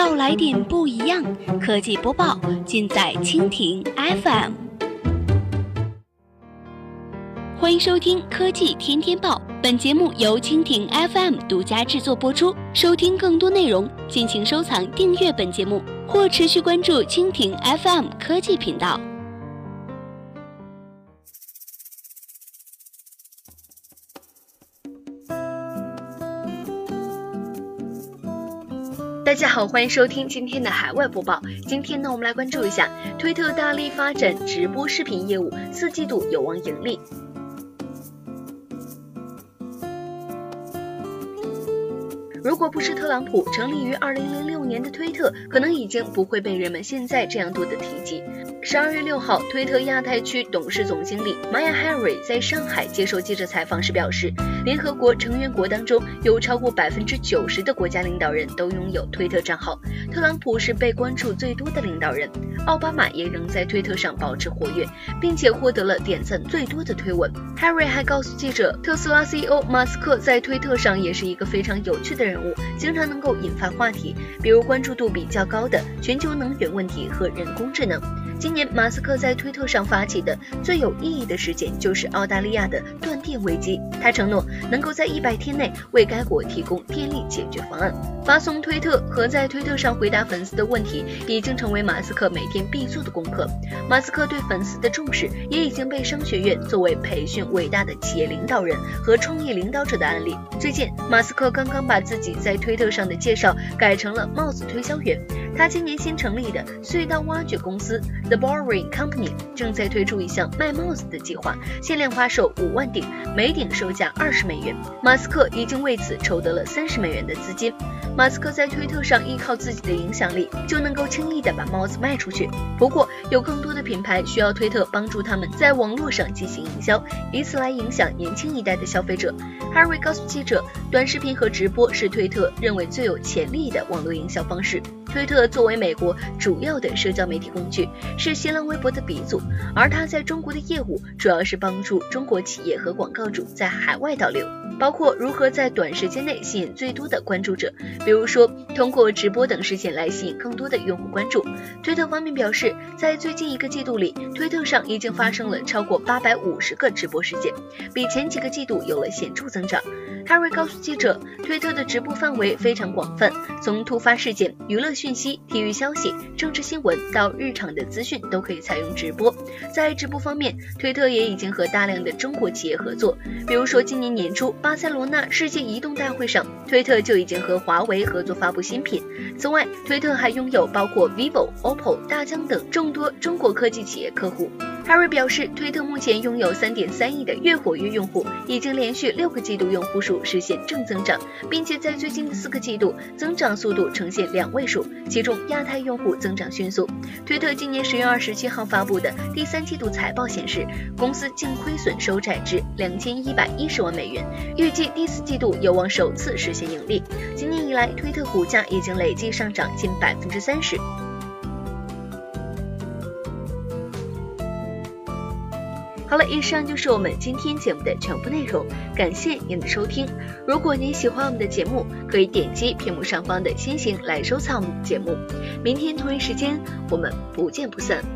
要来点不一样，科技播报尽在蜻蜓 FM。欢迎收听科技天天报，本节目由蜻蜓 FM 独家制作播出。收听更多内容，敬请收藏订阅本节目或持续关注蜻蜓 FM 科技频道。 大家好，欢迎收听今天的海外播报。今天呢，我们来关注一下推特大力发展直播视频业务，4季度有望盈利。如果不是特朗普，成立于2006年的推特可能已经不会被人们现在这样多的提及。12月6号，推特亚太区董事总经理玛雅·哈瑞在上海接受记者采访时表示，联合国成员国当中有超过90%的国家领导人都拥有推特账号，特朗普是被关注最多的领导人，奥巴马也仍在推特上保持活跃，并且获得了点赞最多的推文。哈瑞还告诉记者，特斯拉 CEO 马斯克在推特上也是一个非常有趣的人物，经常能够引发话题，比如关注度比较高的全球能源问题和人工智能。今年马斯克在推特上发起的最有意义的事件就是澳大利亚的断电危机，他承诺能够在100天内为该国提供电力解决方案。发送推特和在推特上回答粉丝的问题已经成为马斯克每天必做的功课。马斯克对粉丝的重视也已经被商学院作为培训伟大的企业领导人和创业领导者的案例。最近马斯克刚刚把自己在推特上的介绍改成了帽子推销员，他今年新成立的隧道挖掘公司 The Boring Company 正在推出一项卖帽子的计划，限量发售5万顶，每顶售价$20。马斯克已经为此筹得了$30的资金。马斯克在推特上依靠自己的影响力就能够轻易地把帽子卖出去，不过有更多的品牌需要推特帮助他们在网络上进行营销，以此来影响年轻一代的消费者。哈瑞告诉记者，短视频和直播是推特认为最有潜力的网络营销方式。推特作为美国主要的社交媒体工具，是新浪微博的鼻祖，而它在中国的业务主要是帮助中国企业和广告主在海外导流，包括如何在短时间内吸引最多的关注者，比如说通过直播等事件来吸引更多的用户关注。推特方面表示，在最近1个季度里，推特上已经发生了超过850个直播事件，比前几个季度有了显著增长。哈瑞告诉记者，推特的直播范围非常广泛，从突发事件、娱乐讯息、体育消息、政治新闻到日常的资讯都可以采用直播。在直播方面，推特也已经和大量的中国企业合作，比如说今年年初巴塞罗那世界移动大会上，推特就已经和华为合作发布新品。此外，推特还拥有包括 vivo、OPPO、大疆等众多中国科技企业客户。哈瑞表示，推特目前拥有3.3亿的月活跃用户，已经连续6个季度用户数实现正增长，并且在最近的4个季度增长速度呈现2位数，其中亚太用户增长迅速。推特今年10月27号发布的第3季度财报显示，公司净亏损收窄至$2110万，预计第4季度有望首次实现盈利。今年以来，推特股价已经累计上涨近30%。好了，以上就是我们今天节目的全部内容，感谢您的收听。如果您喜欢我们的节目，可以点击屏幕上方的星星来收藏我们的节目。明天同一时间，我们不见不散。